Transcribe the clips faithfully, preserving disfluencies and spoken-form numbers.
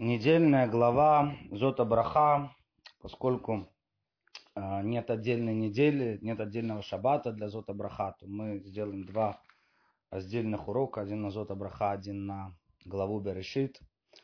Недельная глава Зота Браха, поскольку э, нет отдельной недели, нет отдельного шаббата для Зота Браха, то мы сделаем два раздельных урока, один на Зота Браха, один на главу Берешит.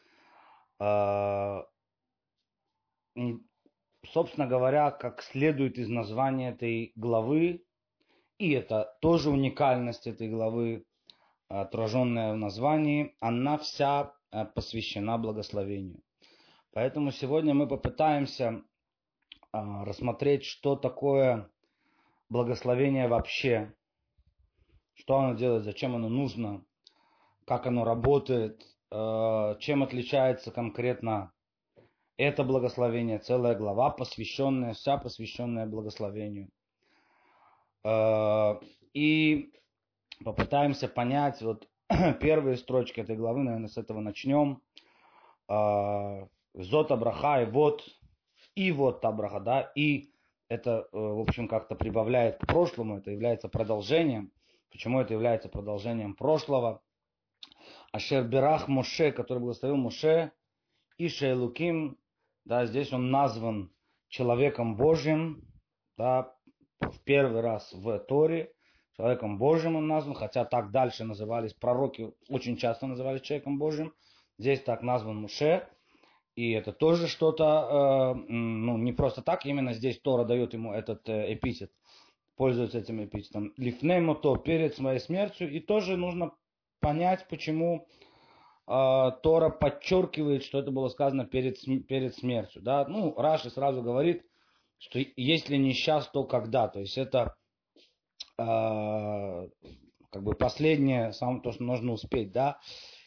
Э, и, собственно говоря, как следует из названия этой главы, и это тоже уникальность этой главы, отраженная в названии, она вся посвящена благословению. Поэтому сегодня мы попытаемся а, рассмотреть, что такое благословение вообще, что оно делает, зачем оно нужно, как оно работает, э, чем отличается конкретно это благословение, целая глава, посвященная, вся посвященная благословению. Э, и попытаемся понять вот первые строчки этой главы, наверное, с этого начнем. Зота Браха, и вот, и вот та браха, да, и это, в общем, как-то прибавляет к прошлому, это является продолжением. Почему это является продолжением прошлого? Ашер Берах Моше, который благословил Моше, и Шейлуким, да, здесь он назван человеком Божьим, да, в первый раз в Торе, человеком Божьим он назван, хотя так дальше назывались пророки, очень часто назывались человеком Божьим, здесь так назван Моше. И это тоже что-то, э, ну, не просто так, именно здесь Тора дает ему этот э, эпитет, пользуется этим эпитетом. Лифней мото, перед своей смертью. И тоже нужно понять, почему э, Тора подчеркивает, что это было сказано перед, перед смертью. Да? Ну, Раши сразу говорит, что если не сейчас, то когда. То есть это э, как бы последнее, самое то, что нужно успеть, да.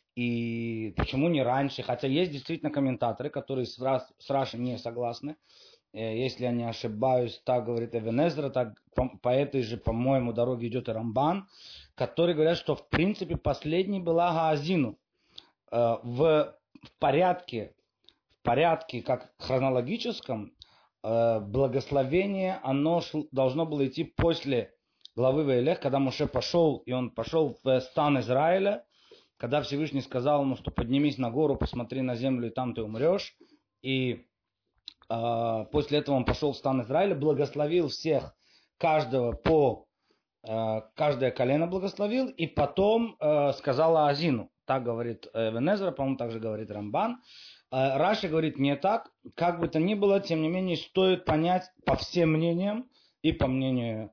И почему не раньше? Хотя есть действительно комментаторы, которые с, Раш, с Раши не согласны. Если я не ошибаюсь, так говорит Эвен Эзра, так по, по этой же, по-моему, дороге идет и Рамбан, которые говорят, что в принципе последней была Гаазину. В, в порядке, в порядке, как хронологическом, благословение, оно должно было идти после главы Ваилех, когда Моше пошел, и он пошел в стан Израиля, когда Всевышний сказал ему, что поднимись на гору, посмотри на землю, и там ты умрешь. И э, после этого он пошел в стан Израиля, благословил всех, каждого по, э, каждое колено благословил, и потом э, сказал Аазину. Так говорит Эвен Эзра, по-моему, также говорит Рамбан. Э, Раши говорит не так. Как бы то ни было, тем не менее, стоит понять по всем мнениям, и по мнению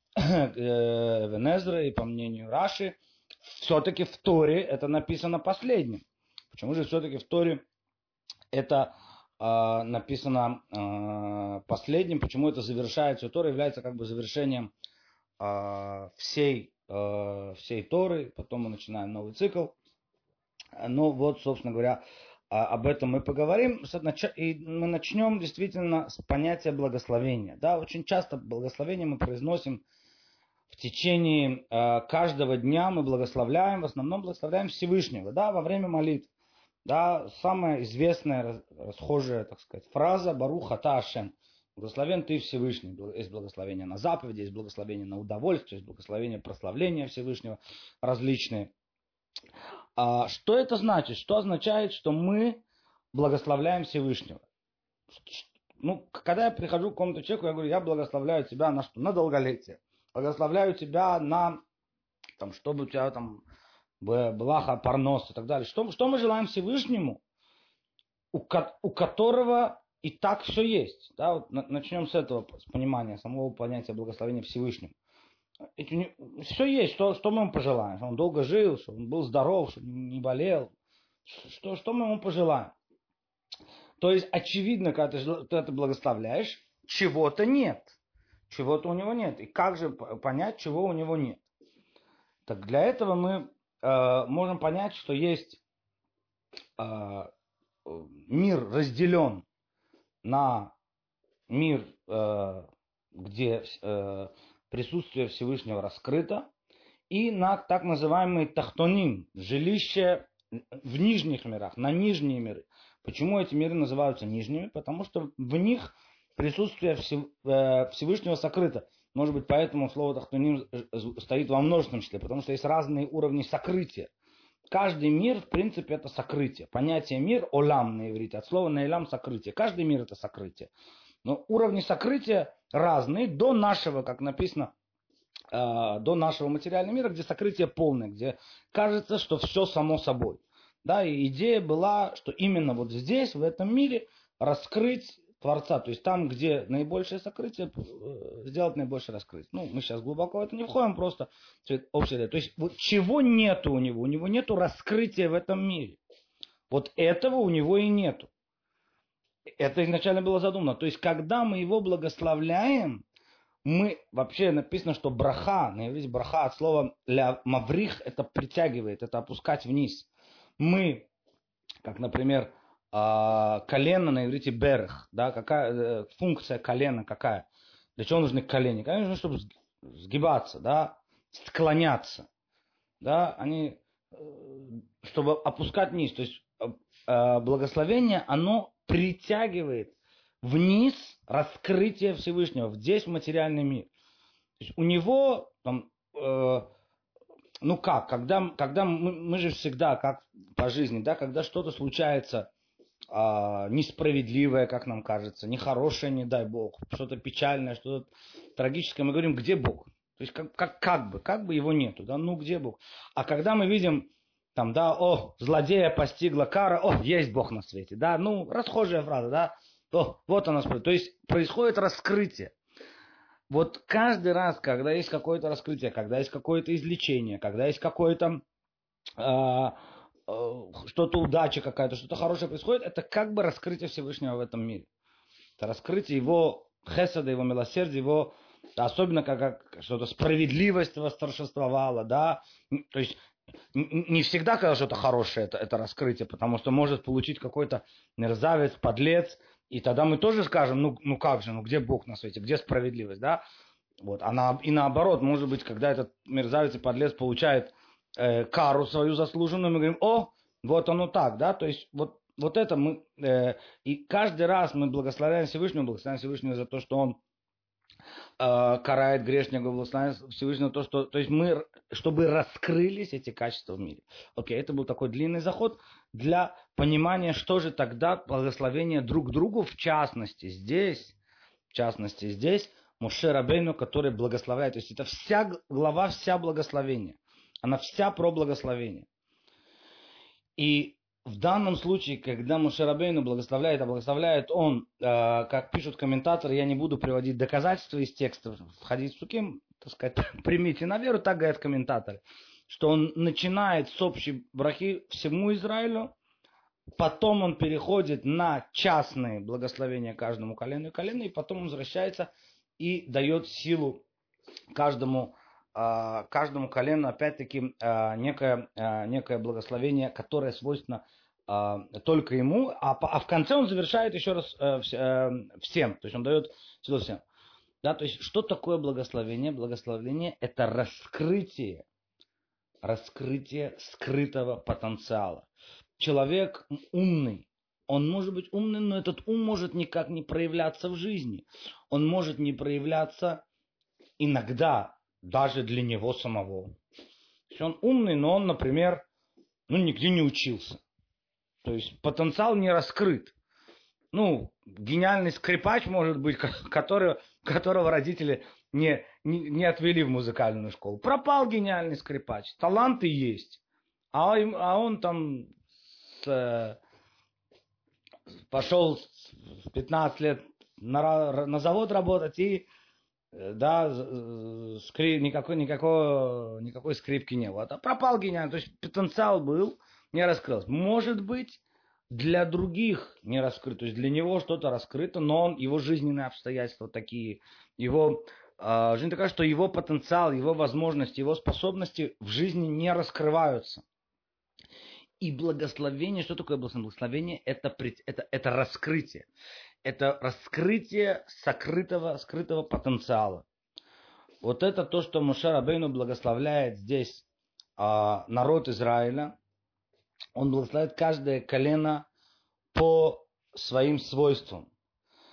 Эвен Эзра, и по мнению Раши, все-таки в Торе это написано последним. Почему же все-таки в Торе это э, написано э, последним? Почему это завершается? Тора является как бы завершением э, всей, э, всей Торы. Потом мы начинаем новый цикл. Ну вот, собственно говоря, об этом мы поговорим. И мы начнем действительно с понятия благословения. Да, очень часто благословение мы произносим в течение э, каждого дня, мы благословляем, в основном благословляем Всевышнего, да, во время молитв. Да, самая известная, расхожая, так сказать, фраза «Барух ата Ашем». Благословен ты Всевышний. Есть благословение на заповеди, есть благословение на удовольствие, есть благословение прославления Всевышнего, различные. А что это значит? Что означает, что мы благословляем Всевышнего? Ну, когда я прихожу к какому-то человеку, я говорю, я благословляю тебя на что? На долголетие. Благословляю тебя на, там, чтобы у тебя там была парнос и так далее. Что, что мы желаем Всевышнему, у, ко, у которого и так все есть. Да? Вот начнем с этого, с понимания самого понятия благословения Всевышнему. Все есть, что, что мы ему пожелаем. Чтобы он долго жил, чтобы он был здоров, чтобы не болел. Что, что мы ему пожелаем? То есть, очевидно, когда ты, когда ты благословляешь, чего-то нет. Чего-то у него нет. И как же понять, чего у него нет? Так для этого мы э, можем понять, что есть э, мир разделен на мир, э, где э, присутствие Всевышнего раскрыто, и на так называемый тахтоним, жилище в нижних мирах, на нижние миры. Почему эти миры называются нижними? Потому что в них присутствие Всевышнего сокрыто. Может быть, поэтому слово тахтоним стоит во множественном числе, потому что есть разные уровни сокрытия. каждый мир, в принципе, это сокрытие. Понятие мир, олам на иврите, от слова наилам сокрытие. Каждый мир это сокрытие. Но уровни сокрытия разные до нашего, как написано, э, до нашего материального мира, где сокрытие полное, где кажется, что все само собой. Да, и идея была, что именно вот здесь, в этом мире, раскрыть Творца. То есть там, где наибольшее сокрытие, сделать наибольшее раскрытие. Ну, мы сейчас глубоко в это не входим, просто общее. То есть вот чего нету у него? У него нету раскрытия в этом мире. Вот этого у него и нету. Это изначально было задумано. То есть когда мы его благословляем, мы, вообще написано, что браха, на иврите браха от слова ля маврих, это притягивает, это опускать вниз. Мы, как, например, колено на иврите берех, да, какая функция колена какая? Для чего нужны колени? Конечно, чтобы сгибаться, да, склоняться, да, они, чтобы опускать вниз. То есть благословение, оно притягивает вниз раскрытие Всевышнего, здесь в материальный мир. То есть у него там, э, ну как, когда, когда мы, мы же всегда, как по жизни, да, когда что-то случается э, несправедливое, как нам кажется, нехорошее, не дай Бог, что-то печальное, что-то трагическое, мы говорим, где Бог? То есть как, как, как бы, как бы его нету, да, ну где Бог? А когда мы видим, там, да, о, злодея постигла кара, о, есть Бог на свете, да, ну, расхожая фраза, да, о, вот она, то есть происходит раскрытие. Вот каждый раз, когда есть какое-то раскрытие, когда есть какое-то излечение, когда есть какое-то э, э, что-то удача какая-то, что-то хорошее происходит, это как бы раскрытие Всевышнего в этом мире. Это раскрытие его хесада, его милосердия, его, особенно как, как что-то справедливость восторжествовала, да, то есть не всегда, когда что-то хорошее, это, это раскрытие, потому что может получить какой-то мерзавец, подлец, и тогда мы тоже скажем, ну, ну как же, ну где Бог на свете, где справедливость, да? Вот. А на, и наоборот, может быть, когда этот мерзавец и подлец получает э, кару свою заслуженную, мы говорим, о, вот оно так, да? То есть вот, вот это мы, э, и каждый раз мы благословляем Всевышнего, благословляем Всевышнего за то, что он э, карает грешника, благословляем Всевышнего то, что, то есть мы, чтобы раскрылись эти качества в мире. Окей, это был такой длинный заход для понимания, что же тогда благословение друг другу, в частности здесь, в частности здесь, Моше Рабейну, который благословляет. То есть это вся глава, вся благословения. Она вся про благословение. И в данном случае, когда Моше Рабейну благословляет, а благословляет он, э, как пишут комментаторы, я не буду приводить доказательства из текстов, входить в суким, так сказать, примите на веру, так говорят комментаторы, что он начинает с общей брахи всему Израилю, потом он переходит на частные благословения каждому колену и колену, и потом он возвращается и дает силу каждому, э, каждому колену, опять-таки, э, некое, э, некое благословение, которое свойственно э, только ему, а, а в конце он завершает еще раз э, вс, э, всем, то есть он дает силу всем. Да, то есть что такое благословение? Благословение – это раскрытие, раскрытие скрытого потенциала. Человек умный, он может быть умным, но этот ум может никак не проявляться в жизни. Он может не проявляться иногда даже для него самого. То есть он умный, но он, например, ну, нигде не учился. То есть потенциал не раскрыт. Ну, гениальный скрипач, может быть, который, которого родители не, не, не отвели в музыкальную школу. Пропал гениальный скрипач. Таланты есть. А, а он там с, пошел в пятнадцать лет на, на завод работать и да, скрип, никакой, никакой, никакой скрипки не было. А пропал гениальный. То есть потенциал был, не раскрылся. Может быть, для других не раскрыто. То есть для него что-то раскрыто, но он, его жизненные обстоятельства такие, его э, жизнь такая, что его потенциал, его возможности, его способности в жизни не раскрываются. И благословение, что такое благословение? Это, это, это раскрытие. Это раскрытие сокрытого, скрытого потенциала. Вот это то, что Моше Рабейну благословляет здесь э, народ Израиля. Он благословляет каждое колено по своим свойствам.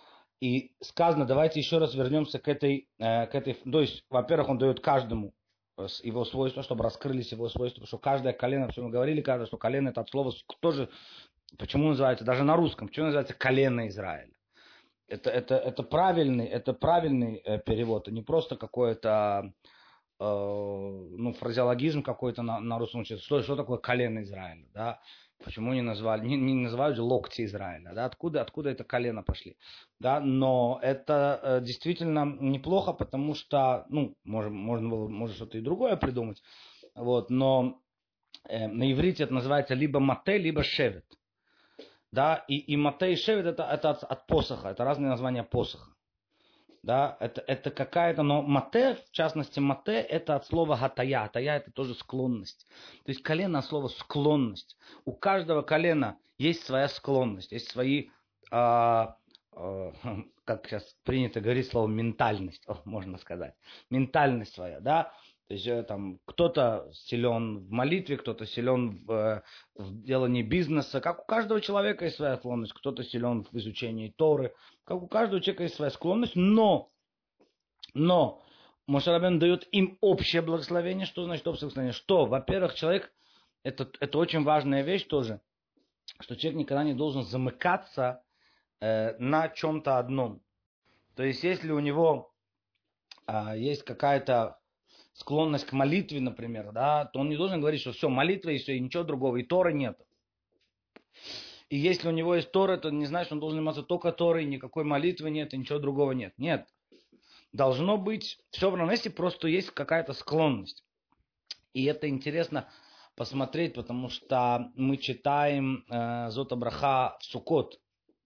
И сказано, давайте еще раз вернемся к этой, э, к этой, то есть, во-первых, он дает каждому его свойства, чтобы раскрылись его свойства, потому что каждое колено, почему мы говорили, каждое, что колено это от слова тоже, почему называется, даже на русском, почему называется колено Израиля. Это, это, это правильный, это правильный э, перевод, а не просто какой-то э, ну, фразеологизм какой-то на, на русском. Что, что такое колено Израиля? Да? Почему не назвали, не, не называют же локти Израиля? Да? Откуда, откуда это колено пошли? Да? Но это э, действительно неплохо, потому что, ну, может, можно было, может что-то и другое придумать, вот, но э, на иврите это называется либо мате, либо шевет. Да, и, и мате и шевет это, это от, от посоха, это разные названия посоха. Да, это, это какая-то, но мате, в частности мате, это от слова гатая. Гатая это тоже склонность. То есть колено от слова склонность. У каждого колена есть своя склонность, есть свои, а, а, как сейчас принято говорить слово ментальность, о, можно сказать, ментальность своя, да. То есть там кто-то силен в молитве, кто-то силен в, в делании бизнеса. Как у каждого человека есть своя склонность. Кто-то силен в изучении Торы. Как у каждого человека есть своя склонность. Но, но Моше Рабейну дает им общее благословение. Что значит общее благословение? Что, во-первых, человек, это, это очень важная вещь тоже, что человек никогда не должен замыкаться э, на чем-то одном. То есть если у него э, есть какая-то склонность к молитве, например, да, то он не должен говорить, что все, молитва и все, и ничего другого, и Торы нет. И если у него есть Тора, то не значит, что он должен заниматься только Торой, никакой молитвы нет, и ничего другого нет. Нет. Должно быть все в равном месте, просто есть какая-то склонность. И это интересно посмотреть, потому что мы читаем э, Зота Браха в Суккот.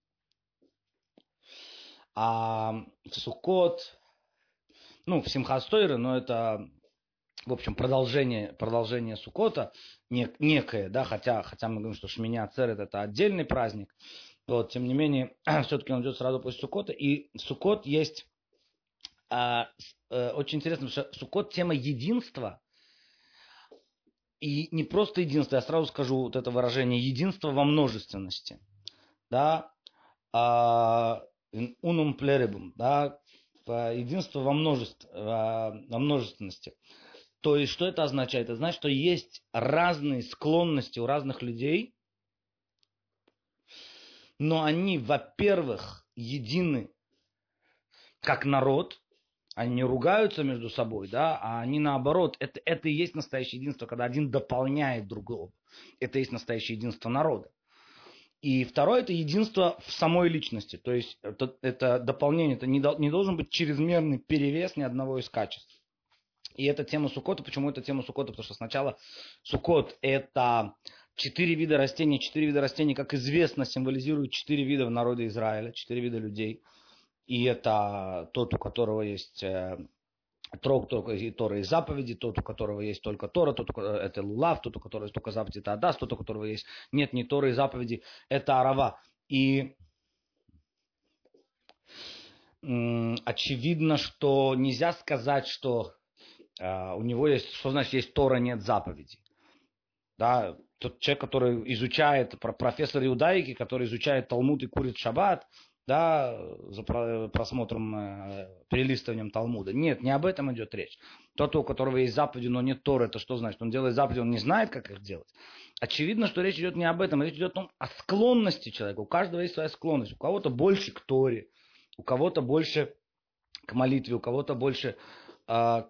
А в Суккот, ну, в Симхат Тойра, но это... В общем, продолжение, продолжение Суккота, нек, некое, да, хотя, хотя мы говорим, что Шмини Ацерет это отдельный праздник, вот, тем не менее, все-таки он идет сразу после Суккота, и в Суккот есть а, а, очень интересно, потому что Суккот тема единства, и не просто единство, я сразу скажу вот это выражение, единство во множественности, да, унум плерибум, да, единство во, множестве, во множественности. То есть, что это означает? Это значит, что есть разные склонности у разных людей, но они, во-первых, едины как народ, они не ругаются между собой, да, а они наоборот, это, это и есть настоящее единство, когда один дополняет другого. Это и есть настоящее единство народа. И второе, это единство в самой личности, то есть это, это дополнение, это не, не должен быть чрезмерный перевес ни одного из качеств. И это тема Суккота. Почему это тема Суккота? Потому что сначала Суккот это четыре вида растений. Четыре вида растений, как известно, символизируют четыре вида в народе Израиля, четыре вида людей. И это тот, у которого есть э, Трог, только Тора и заповеди, тот, у которого есть только Тора, тот, это Лулав, тот, у которого есть только заповеди, это Адас, тот, у которого есть нет ни Торы и заповеди, это Арава. И м- очевидно, что нельзя сказать, что Uh, у него есть, что значит есть Тора, нет заповедей. Да, тот человек, который изучает, профессор иудаики, который изучает Талмуд и курит шаббат, да, за просмотром, э, перелистыванием Талмуда. Нет, не об этом идет речь. Тот, у которого есть заповеди, но нет Торы, это что значит? Он делает заповеди, он не знает, как их делать. Очевидно, что речь идет не об этом, речь идет о склонности человека. У каждого есть своя склонность. У кого-то больше к Торе, у кого-то больше к молитве, у кого-то больше К,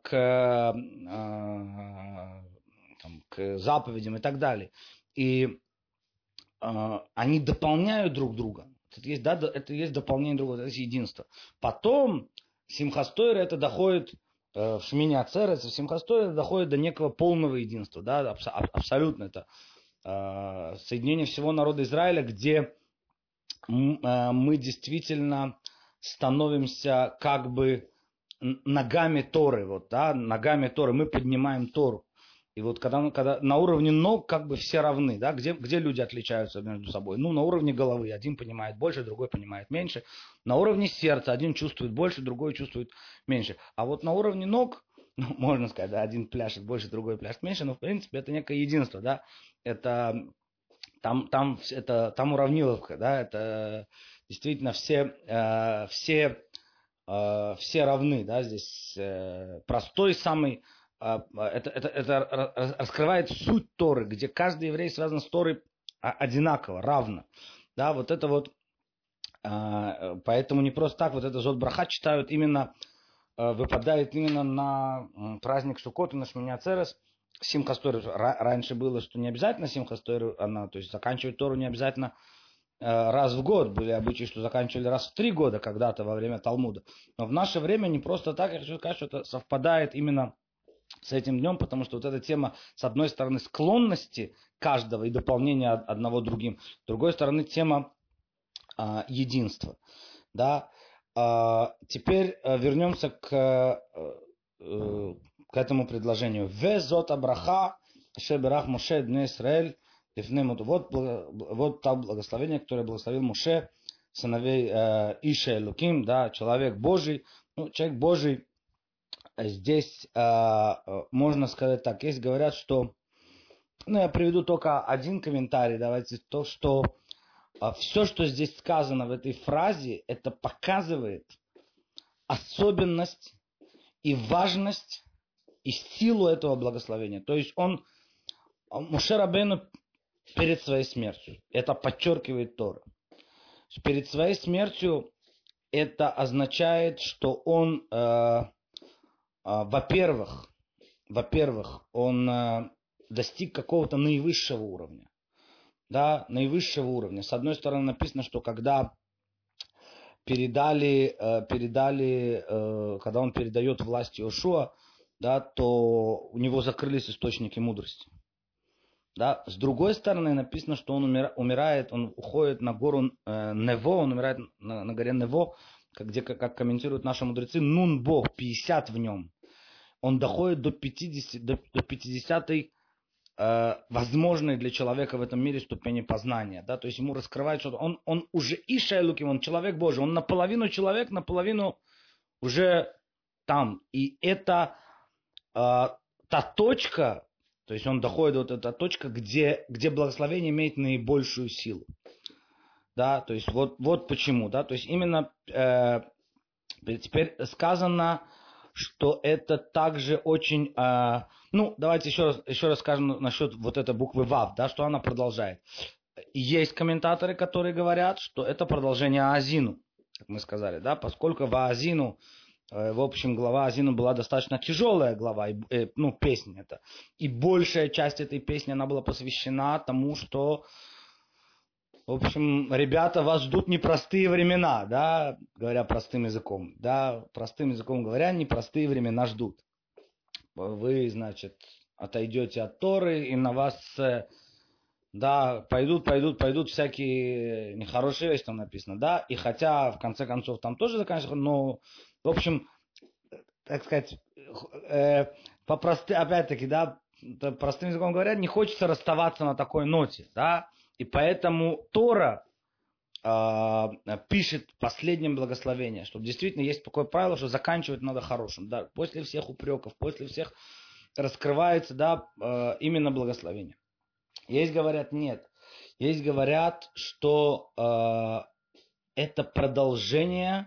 там, к заповедям и так далее. И э, они дополняют друг друга. Это есть, да, это есть дополнение друг друга, это есть единство. Потом Симхат Тойра это доходит э, в Шмини Ацерет, в Симхат Тойра это доходит до некого полного единства. Да, абс, абсолютно это э, соединение всего народа Израиля, где м, э, мы действительно становимся как бы ногами Торы, вот, да, ногами Торы, мы поднимаем Тору. И вот когда, когда на уровне ног как бы все равны, да, где, где люди отличаются между собой? Ну, на уровне головы. Один понимает больше, другой понимает меньше. На уровне сердца один чувствует больше, другой чувствует меньше. А вот на уровне ног, ну, можно сказать, да, один пляшет больше, другой пляшет меньше, но в принципе это некое единство, да. Это там, там, это, там уравниловка, да, это действительно все, э, все все равны, да, здесь простой самый это, это, это раскрывает суть Торы, где каждый еврей связан с Торой одинаково, равно. Да, вот это вот, поэтому не просто так вот это Зот Браха читают именно, выпадает именно на праздник Суккот и на Шмини Ацерес. Симхас Торы раньше было, что не обязательно Симхас Торы, она, то есть заканчивать Тору не обязательно раз в год. Были обычаи, что заканчивали раз в три года когда-то во время Талмуда. Но в наше время не просто так, я хочу сказать, что это совпадает именно с этим днем, потому что вот эта тема, с одной стороны, склонности каждого и дополнения одного другим, с другой стороны, тема а, единства. Да? А, теперь а, вернемся к, а, к этому предложению. «Везот абраха шеберах Моше дне Исраэль». Вот, вот то благословение, которое благословил Моше, сыновей э, Иша и Луким, да, человек Божий. Ну, человек Божий, здесь э, можно сказать так, есть говорят, что, ну, я приведу только один комментарий, давайте, то, что э, все, что здесь сказано в этой фразе, это показывает особенность и важность и силу этого благословения. То есть он, Моше Рабейну, перед своей смертью, это подчеркивает Тора, перед своей смертью это означает, что он, э, э, во-первых, во-первых, он э, достиг какого-то наивысшего уровня, да, наивысшего уровня. С одной стороны написано, что когда передали, э, передали, э, когда он передает власть Иошуа, да, то у него закрылись источники мудрости. Да? С другой стороны написано, что он умира, умирает, он уходит на гору э, Нево, он умирает на, на горе Нево, где, как, как комментируют наши мудрецы, Нун Бог, пятьдесят в нем. Он доходит до пятидесяти, до, до пятидесятой э, возможной для человека в этом мире ступени познания. Да? То есть ему раскрывает что-то. Он, он уже Иша и Луким, он человек Божий, он наполовину человек, наполовину уже там. И это э, та точка, то есть он доходит до вот этой точки, где, где благословение имеет наибольшую силу. Да, то есть вот, вот почему. Да, то есть именно э, теперь сказано, что это также очень... Э, ну, давайте еще раз, еще раз скажем насчет вот этой буквы Вав, да, что она продолжает. Есть комментаторы, которые говорят, что это продолжение Аазину, как мы сказали, да, поскольку в Аазину, в общем, глава Азину была достаточно тяжелая глава, ну, песня это. И большая часть этой песни, она была посвящена тому, что, в общем, ребята, вас ждут непростые времена, да, говоря простым языком. Да, простым языком говоря, непростые времена ждут. Вы, значит, отойдете от Торы, и на вас, да, пойдут, пойдут, пойдут всякие нехорошие вещи, там написано, да. И хотя, в конце концов, там тоже заканчивается, но... В общем, так сказать, э, по-просты, опять-таки, да, простым языком говоря, не хочется расставаться на такой ноте, да, и поэтому Тора э, пишет последним благословение, что действительно есть такое правило, что заканчивать надо хорошим, да, после всех упреков, после всех раскрывается, да, э, именно благословение. Есть говорят нет, есть говорят, что э, это продолжение.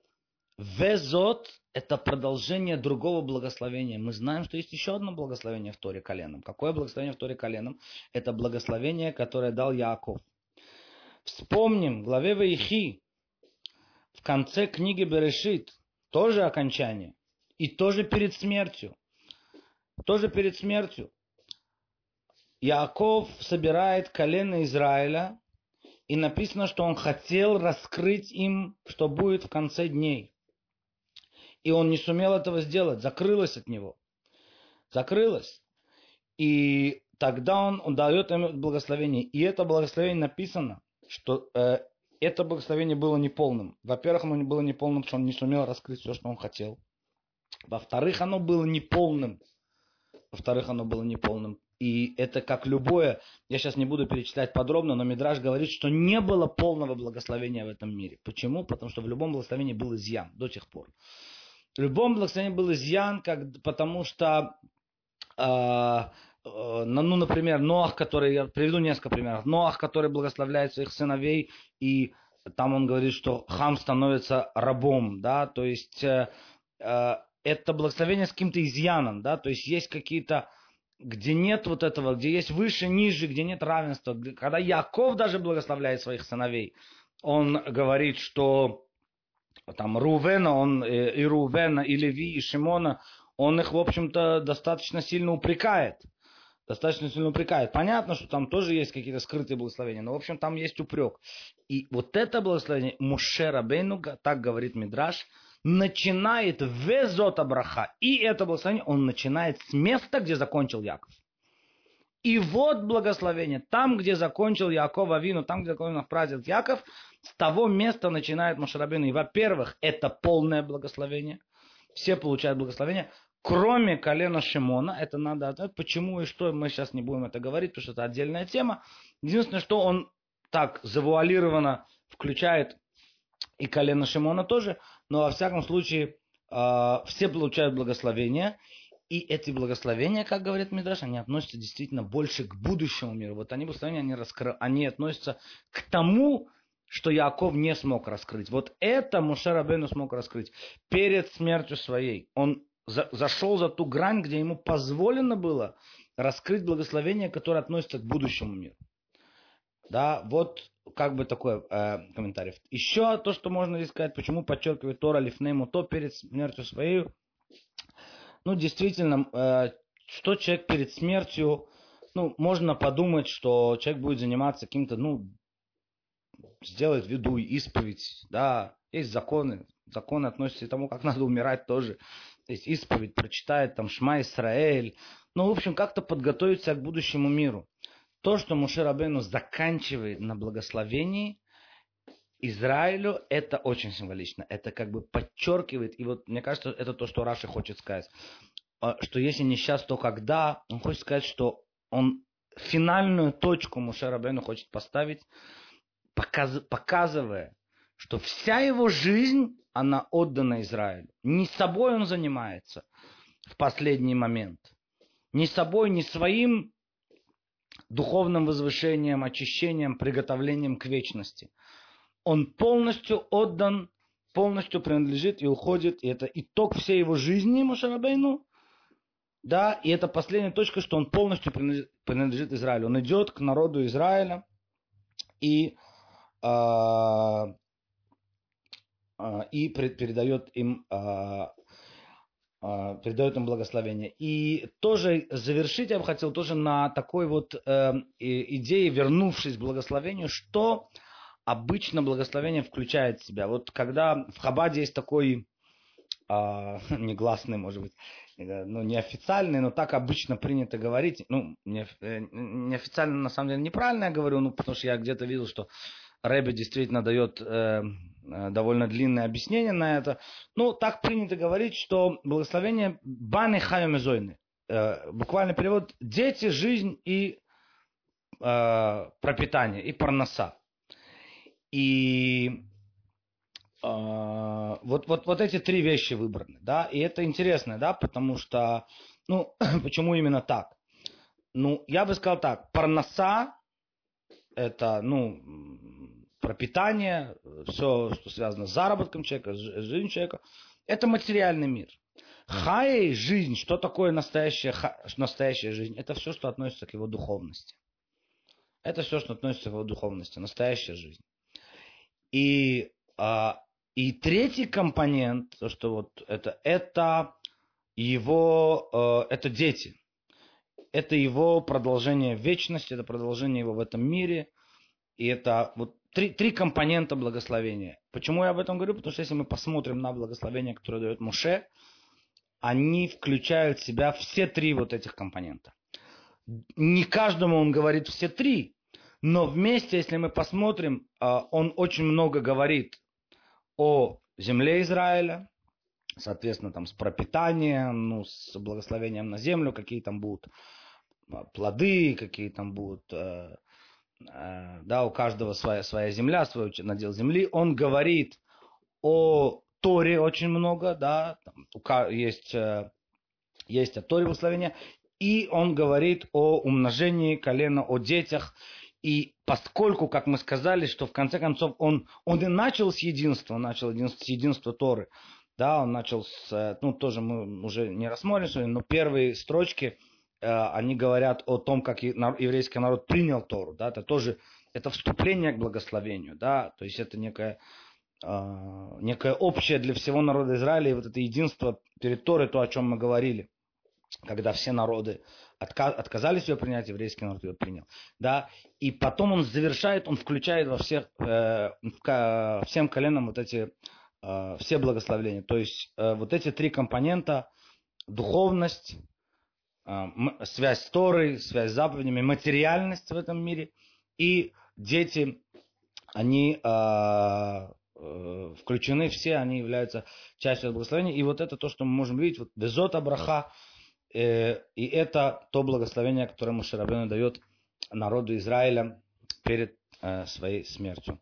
Везот – это продолжение другого благословения. Мы знаем, что есть еще одно благословение в Торе коленом. Какое благословение в Торе коленом? Это благословение, которое дал Яаков. Вспомним, в главе Ваихи, в конце книги Берешит, тоже окончание. И тоже перед смертью. Тоже перед смертью. Яаков собирает колено Израиля, и написано, что он хотел раскрыть им, что будет в конце дней. И он не сумел этого сделать, закрылось от него. Закрылось. И тогда он, он дает им благословение. И это благословение написано, что э, это благословение было неполным. Во-первых, оно было неполным, потому что он не сумел раскрыть все, что он хотел. Во-вторых, оно было неполным. Во-вторых, оно было неполным. И это как любое, я сейчас не буду перечислять подробно, но Мидраш говорит, что не было полного благословения в этом мире. Почему? Потому что в любом благословении был изъян до сих пор. В любом благословении был изъян, как, потому что, э, э, ну, например, Ноах, который, я приведу несколько примеров, Ноах, который благословляет своих сыновей, и там он говорит, что Хам становится рабом, да, то есть э, э, это благословение с каким-то изъяном, да, то есть есть какие-то, где нет вот этого, где есть выше, ниже, где нет равенства. Когда Яков даже благословляет своих сыновей, он говорит, что там Рувена, он и Рувена, и Леви, и Шимона, он их, в общем-то, достаточно сильно упрекает. Достаточно сильно упрекает. Понятно, что там тоже есть какие-то скрытые благословения, но, в общем, там есть упрек. И вот это благословение Моше Рабейну, так говорит Мидраш, начинает везота браха. И это благословение он начинает с места, где закончил Яков. И вот благословение. Там, где закончил Яков Авину, там, где закончил прадед Яков, с того места начинает Моше Рабейну. И, во-первых, это полное благословение. Все получают благословение. Кроме колена Шимона, это надо отдать. Почему и что, мы сейчас не будем это говорить, потому что это отдельная тема. Единственное, что он так завуалированно включает и колено Шимона тоже, но во всяком случае э, все получают благословение. И эти благословения, как говорит Мидраш, они относятся действительно больше к будущему миру. Вот они благословения, они, раскры... они относятся к тому, что Яков не смог раскрыть. Вот это Моше Рабейну смог раскрыть перед смертью своей. Он за... зашел за ту грань, где ему позволено было раскрыть благословение, которое относится к будущему миру. Да, вот как бы такой э, комментарий. Еще то, что можно здесь сказать, почему подчеркивает Тора лифней то перед смертью своей. Ну, действительно, э, что человек перед смертью, ну, можно подумать, что человек будет заниматься каким-то, ну, сделает виду, исповедь, да, есть законы, законы относятся к тому, как надо умирать тоже, есть исповедь, прочитает там Шма Исраэль, ну, в общем, как-то подготовиться к будущему миру. То, что Моше Рабейну заканчивает на благословении Израилю, это очень символично. Это как бы подчеркивает, и вот мне кажется, это то, что Раши хочет сказать, что если не сейчас, то когда, он хочет сказать, что он финальную точку Моше Рабейну хочет поставить, показ, показывая, что вся его жизнь, она отдана Израилю. Не собой он занимается в последний момент. Не собой, не своим духовным возвышением, очищением, приготовлением к вечности. Он полностью отдан, полностью принадлежит и уходит. И это итог всей его жизни Моше Рабейну. Да, и это последняя точка, что он полностью принадлежит, принадлежит Израилю. Он идет к народу Израиля и, э, э, и передает им, э, э, передает им благословение. И тоже завершить я бы хотел тоже на такой вот э, идее, вернувшись к благословению, что обычно благословение включает в себя. Вот когда в Хабаде есть такой э, негласный, может быть, ну, неофициальный, но так обычно принято говорить. Ну, не, неофициально, на самом деле, неправильно я говорю, ну, потому что я где-то видел, что Ребе действительно дает э, довольно длинное объяснение на это. Ну, так принято говорить, что благословение баны хайомезойны. Э, буквально перевод дети, жизнь и э, пропитание, и парноса. И Вот, вот, вот эти три вещи выбраны, да, и это интересно, да, потому что, ну, почему именно так? Ну, я бы сказал так, парноса, это, ну, пропитание, все, что связано с заработком человека, с жизнью человека, это материальный мир. Хай, жизнь, что такое настоящая, настоящая жизнь? Это все, что относится к его духовности. Это все, что относится к его духовности, настоящая жизнь. И И третий компонент, то, что вот это, это его, э, это дети. Это его продолжение вечности, это продолжение его в этом мире. И это вот три, три компонента благословения. Почему я об этом говорю? Потому что если мы посмотрим на благословение, которое дает Моше, они включают в себя все три вот этих компонента. Не каждому он говорит все три, но вместе, если мы посмотрим, э, он очень много говорит о земле Израиля, соответственно, там с пропитанием, ну, с благословением на землю, какие там будут плоды, какие там будут, э, э, да, у каждого своя, своя земля, свой надел земли. Он говорит о Торе очень много, да, там есть, э, есть о Торе благословения, и он говорит о умножении колена, о детях. И поскольку, как мы сказали, что в конце концов он, он и начал с единства, начал с единства Торы, Да, он начал с, ну, тоже мы уже не рассмотрим сегодня, но первые строчки, э, они говорят о том, как еврейский народ принял Тору, да, это тоже, это вступление к благословению, да, то есть это некое, э, некое общее для всего народа Израиля, и вот это единство перед Торой, то, о чем мы говорили, когда все народы отка- отказались ее принять, еврейский народ ее принял, да, и потом он завершает, он включает во всех, э, в, всем коленам вот эти все благословления. То есть вот эти три компонента: духовность, связь с Торой, связь с заповедями, материальность в этом мире, и дети, они включены все, они являются частью благословения. И вот это то, что мы можем видеть, вот безот абраха, и это то благословение, которое Моше Рабейну дает народу Израиля перед своей смертью.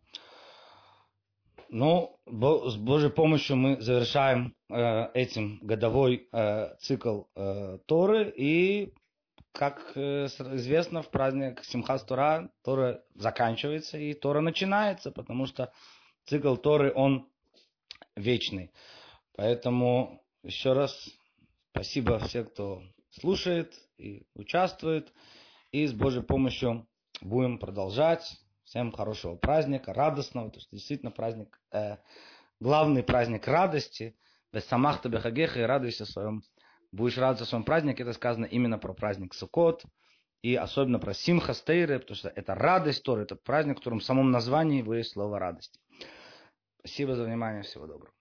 Ну, с Божьей помощью мы завершаем э, этим годовой э, цикл э, Торы. И, как э, известно, в праздник Симхат Тора Тора заканчивается и Тора начинается, потому что цикл Торы, он вечный. Поэтому еще раз спасибо всем, кто слушает и участвует. И с Божьей помощью будем продолжать. Всем хорошего праздника, радостного, потому что действительно праздник, э, главный праздник радости. Весамахта бехагеха, и радуйся в своем, будешь радоваться в своем празднике. Это сказано именно про праздник Суккот, и особенно про Симхас Тейре, потому что это радость Торы, это праздник, в котором в самом названии есть слово радость. Спасибо за внимание, всего доброго.